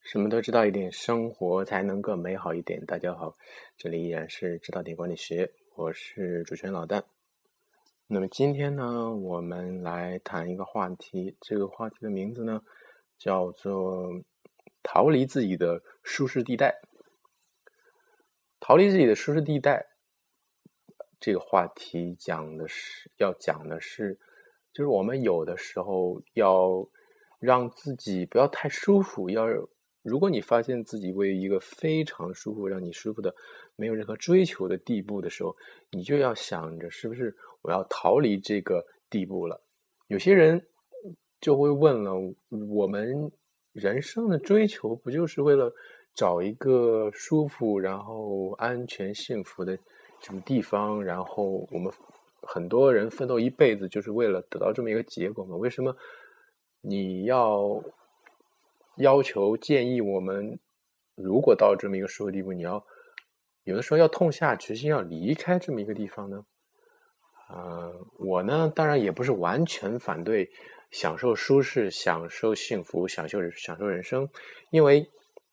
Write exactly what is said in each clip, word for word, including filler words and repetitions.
什么都知道一点，生活才能更美好一点。大家好，这里依然是知道点管理学，我是主持人老蛋。那么今天呢，我们来谈一个话题，这个话题的名字呢，叫做逃离自己的舒适地带。逃离自己的舒适地带，这个话题讲的是要讲的是，就是我们有的时候要让自己不要太舒服，要如果你发现自己为一个非常舒服、让你舒服的、没有任何追求的地步的时候，你就要想着是不是我要逃离这个地步了。有些人就会问了，我们人生的追求不就是为了找一个舒服然后安全幸福的什么地方，然后我们很多人奋斗一辈子就是为了得到这么一个结果吗？为什么你要要求建议我们如果到这么一个舒服地步，你要有的时候要痛下决心要离开这么一个地方呢？呃，我呢当然也不是完全反对享受舒适、享受幸福、享受享受人生，因为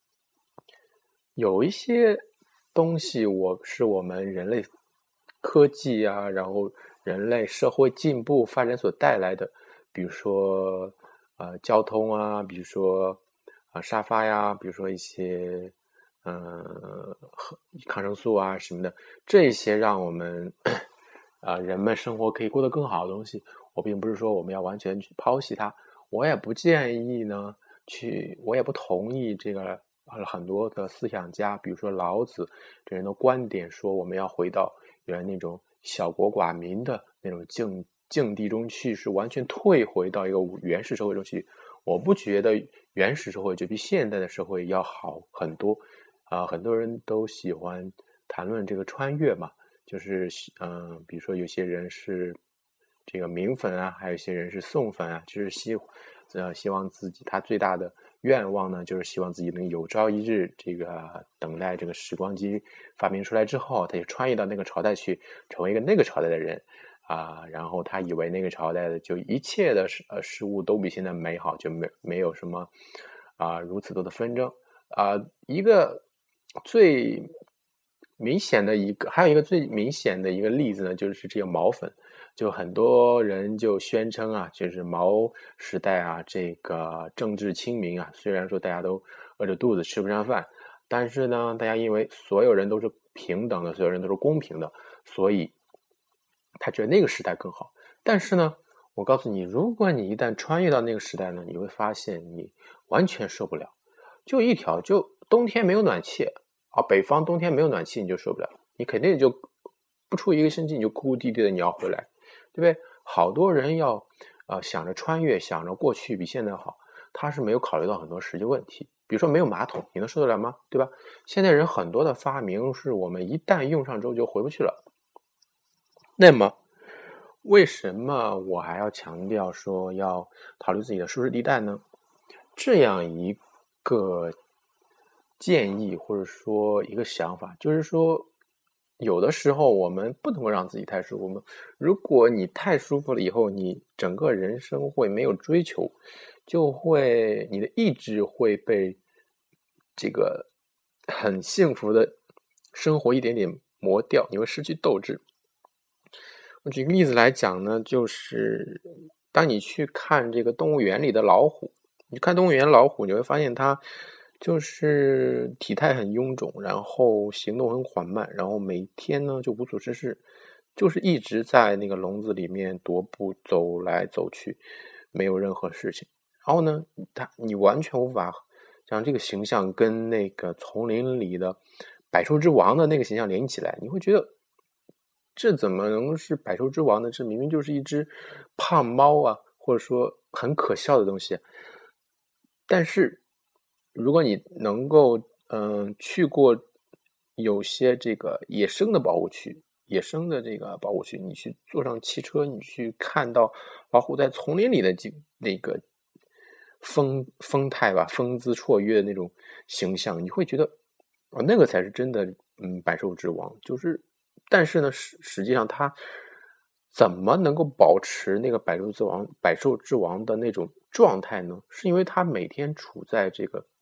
有一些东西我是我们人类科技啊，然后人类社会进步发展所带来的，比如说呃交通啊，比如说啊、呃、沙发呀，比如说一些呃抗生素啊什么的，这些让我们啊、呃、人们生活可以过得更好的东西，我并不是说我们要完全去抛弃它，我也不建议呢去，我也不同意这个很多的思想家，比如说老子这人的观点，说我们要回到原来那种小国寡民的那种境境地中去，是完全退回到一个原始社会中去。我不觉得原始社会就比现代的社会要好很多啊、呃，很多人都喜欢谈论这个穿越嘛，就是嗯、呃，比如说有些人是这个明粉啊，还有一些人是宋粉啊，就是希呃希望自己他最大的愿望呢，就是希望自己能有朝一日这个等待这个时光机发明出来之后，他就穿越到那个朝代去，成为一个那个朝代的人啊、呃，然后他以为那个朝代的就一切的呃事物都比现在美好，就没没有什么啊、呃、如此多的纷争啊、呃，一个最明显的一个，还有一个最明显的一个例子呢，就是这个毛粉。就很多人就宣称啊，就是毛时代啊，这个政治清明啊，虽然说大家都饿着肚子吃不上饭，但是呢，大家因为所有人都是平等的，所有人都是公平的，所以他觉得那个时代更好。但是呢，我告诉你，如果你一旦穿越到那个时代呢，你会发现你完全受不了。就一条，就冬天没有暖气啊，北方冬天没有暖气你就受不了，你肯定就不出一个星期你就哭哭啼啼的你要回来。对不对？好多人要呃想着穿越，想着过去比现在好，他是没有考虑到很多实际问题。比如说没有马桶，你能受得了吗？对吧？现在人很多的发明是我们一旦用上之后就回不去了。那么为什么我还要强调说要逃离自己的舒适地带呢？这样一个建议或者说一个想法，就是说有的时候我们不能够让自己太舒服。我们如果你太舒服了以后，你整个人生会没有追求，就会你的意志会被这个很幸福的生活一点点磨掉，你会失去斗志。我举个例子来讲呢，就是当你去看这个动物园里的老虎，你看动物园老虎，你会发现它就是体态很臃肿，然后行动很缓慢，然后每天呢就无所事事，就是一直在那个笼子里面踱步走来走去，没有任何事情。然后呢，它你完全无法将这个形象跟那个丛林里的百兽之王的那个形象连起来，你会觉得这怎么能是百兽之王呢？这明明就是一只胖猫啊，或者说很可笑的东西。但是如果你能够嗯、呃、去过有些这个野生的保护区，野生的这个保护区，你去坐上汽车，你去看到老虎在丛林里的这那个风风态吧，风姿绰约的那种形象，你会觉得啊、哦，那个才是真的嗯百兽之王。就是但是呢实实际上它怎么能够保持那个百兽之王百兽之王的那种状态呢？是因为它每天处在这个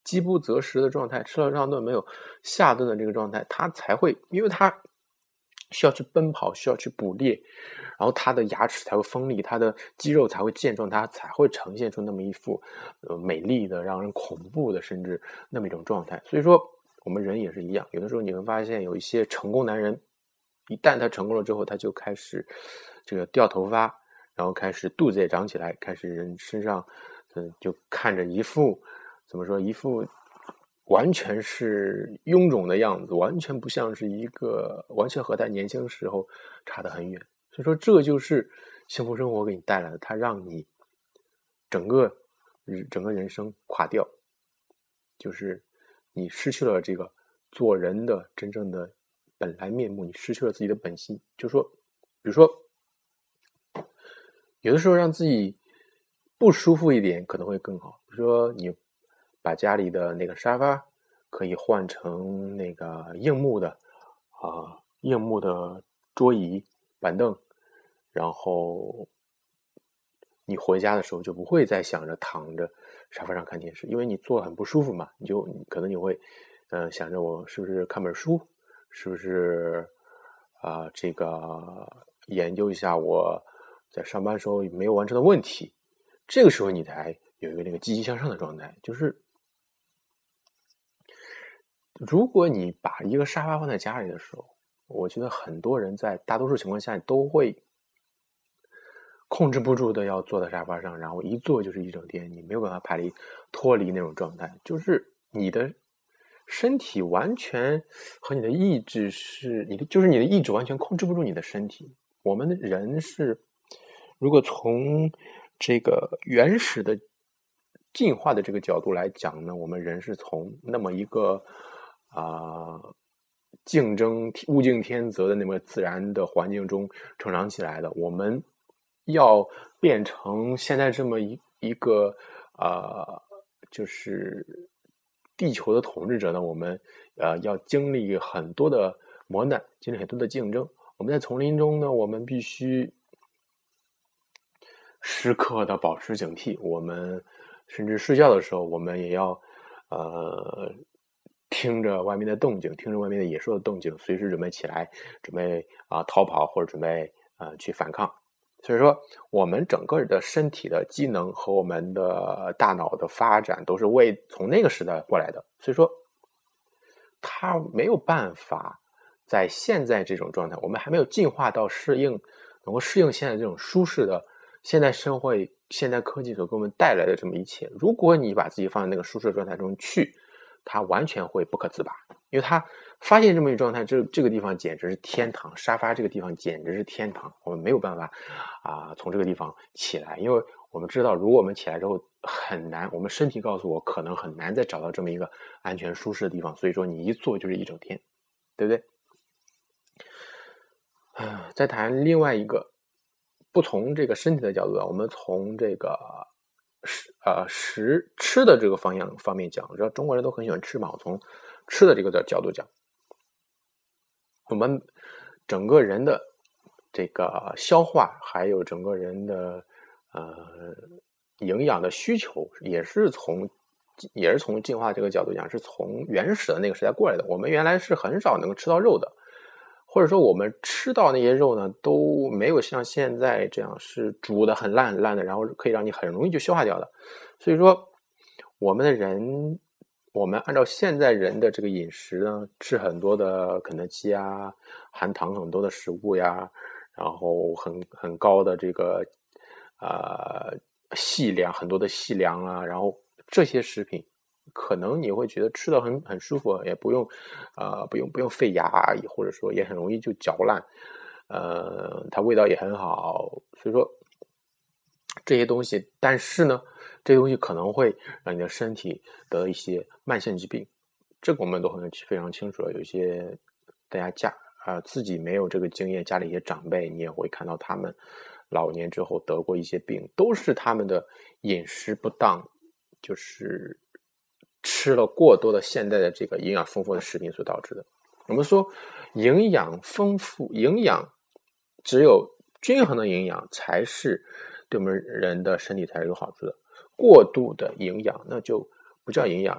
饥不择食的状态，吃了上顿没有下顿的这个状态，它才会，因为它需要去奔跑，需要去捕猎，然后它的牙齿才会锋利，它的肌肉才会健壮，它才会呈现出那么一副呃美丽的、让人恐怖的，甚至那么一种状态。所以说，我们人也是一样，有的时候你会发现有一些成功男人，一旦他成功了之后，他就开始这个掉头发，然后开始肚子也长起来，开始人身上嗯就看着一副怎么说一副完全是臃肿的样子，完全不像是一个完全和他年轻时候差得很远。所以说这就是幸福生活给你带来的，它让你整个整个人生垮掉，就是你失去了这个做人的真正的本来面目，你失去了自己的本心。就说比如说有的时候让自己不舒服一点可能会更好，比如说你把家里的那个沙发可以换成那个硬木的啊、呃，硬木的桌椅板凳，然后你回家的时候就不会再想着躺着沙发上看电视，因为你坐很不舒服嘛，你就你可能你会呃想着我是不是看本书，是不是啊、呃、这个研究一下我在上班时候没有完成的问题，这个时候你才有一个那个积极向上的状态。就是如果你把一个沙发放在家里的时候，我觉得很多人在大多数情况下都会控制不住的要坐在沙发上，然后一坐就是一整天，你没有办法排离脱离那种状态，就是你的身体完全和你的意志是你的，就是你的意志完全控制不住你的身体。我们的人是，如果从这个原始的进化的这个角度来讲呢，我们人是从那么一个啊、呃、竞争物竞天择的那么自然的环境中成长起来的，我们要变成现在这么一一个呃，就是地球的统治者呢，我们呃要经历很多的磨难，经历很多的竞争。我们在丛林中呢，我们必须时刻的保持警惕，我们甚至睡觉的时候，我们也要呃听着外面的动静，听着外面的野兽的动静，随时准备起来，准备啊、呃、逃跑或者准备呃去反抗。所以说我们整个的身体的机能和我们的大脑的发展都是为从那个时代过来的，所以说它没有办法在现在这种状态，我们还没有进化到适应能够适应现在这种舒适的现代社会现代科技所给我们带来的这么一切。如果你把自己放在那个舒适的状态中去，它完全会不可自拔，因为它发现这么一个状态，这这个地方简直是天堂，沙发这个地方简直是天堂，我们没有办法啊、呃、从这个地方起来，因为我们知道如果我们起来之后很难，我们身体告诉我可能很难再找到这么一个安全舒适的地方，所以说你一坐就是一整天，对不对？啊，再谈另外一个不从这个身体的角度啊，我们从这个食呃食吃的这个方向方面讲，我知道中国人都很喜欢吃嘛，我从吃的这个角度讲，我们整个人的这个消化，还有整个人的呃营养的需求，也是从也是从进化这个角度讲，是从原始的那个时代过来的。我们原来是很少能吃到肉的，或者说我们吃到那些肉呢，都没有像现在这样是煮的很烂很烂的，然后可以让你很容易就消化掉的。所以说我们的人我们按照现在人的这个饮食呢，吃很多的肯德基啊，含糖很多的食物呀，然后很很高的这个呃细粮，很多的细粮啊，然后这些食品可能你会觉得吃的很很舒服，也不用呃不用不用费牙，或者说也很容易就嚼烂，呃它味道也很好，所以说这些东西，但是呢这些东西可能会让你的身体得一些慢性疾病，这个我们都很非常清楚了。有一些大家家啊、呃、自己没有这个经验，家里一些长辈你也会看到他们老年之后得过一些病，都是他们的饮食不当，就是吃了过多的现代的这个营养丰富的食品所导致的。我们说营养丰富，营养只有均衡的营养才是对我们人的身体才是有好处的。过度的营养那就不叫营养，那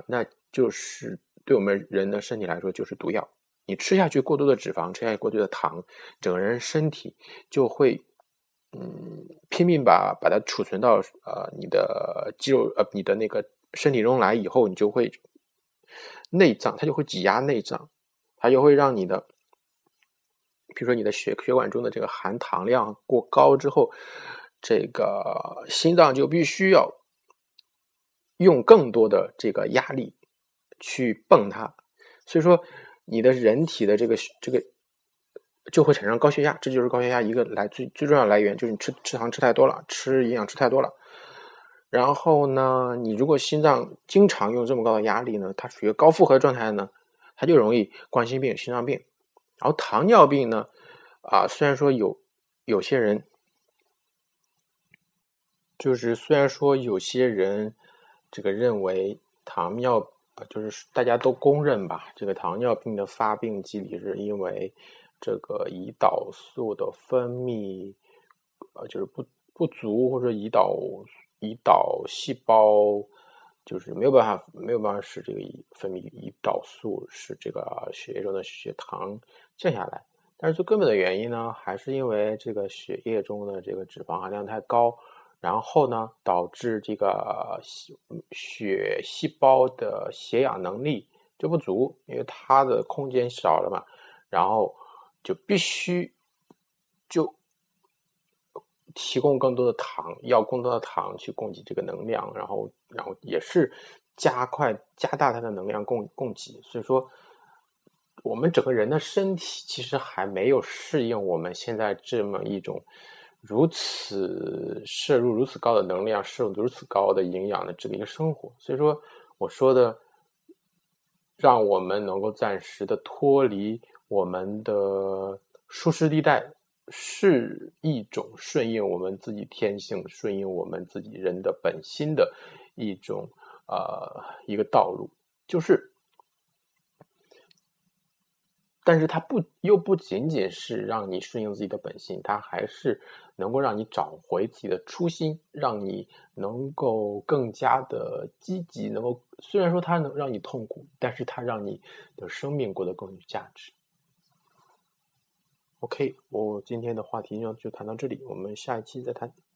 就是对我们人的身体来说就是毒药。你吃下去过多的脂肪，吃下去过多的糖，整个人身体就会嗯拼命把把它储存到呃你的肌肉呃你的那个身体中来，以后你就会内脏，它就会挤压内脏，它就会让你的比如说你的血血管中的这个含糖量过高之后，这个心脏就必须要用更多的这个压力去泵它，所以说你的人体的这个这个就会产生高血压，这就是高血压一个来最最重要的来源，就是你吃吃糖吃太多了，吃营养吃太多了。然后呢，你如果心脏经常用这么高的压力呢，它处于高负荷状态呢，它就容易冠心病、心脏病。然后糖尿病呢，啊，虽然说有有些人，就是虽然说有些人这个认为糖尿，就是大家都公认吧，这个糖尿病的发病机理是因为这个胰岛素的分泌，呃，就是不不足，或者胰岛胰岛细胞就是没有办法没有办法使这个分泌胰岛素，使这个血液中的血糖降下来。但是最根本的原因呢，还是因为这个血液中的这个脂肪含量太高，然后呢，导致这个血细胞的携氧能力就不足，因为它的空间少了嘛，然后就必须就提供更多的糖，要更多的糖去供给这个能量，然后然后也是加快加大它的能量供供给，所以说我们整个人的身体其实还没有适应我们现在这么一种如此摄入如此高的能量，摄入如此高的营养的这么一个生活。所以说我说的让我们能够暂时的脱离我们的舒适地带，是一种顺应我们自己天性，顺应我们自己人的本心的一种呃一个道路，就是但是它不又不仅仅是让你顺应自己的本性，它还是能够让你找回自己的初心，让你能够更加的积极，能够虽然说它能让你痛苦，但是它让你的生命过得更有价值。OK，我今天的话题呢就谈到这里，我们下一期再谈。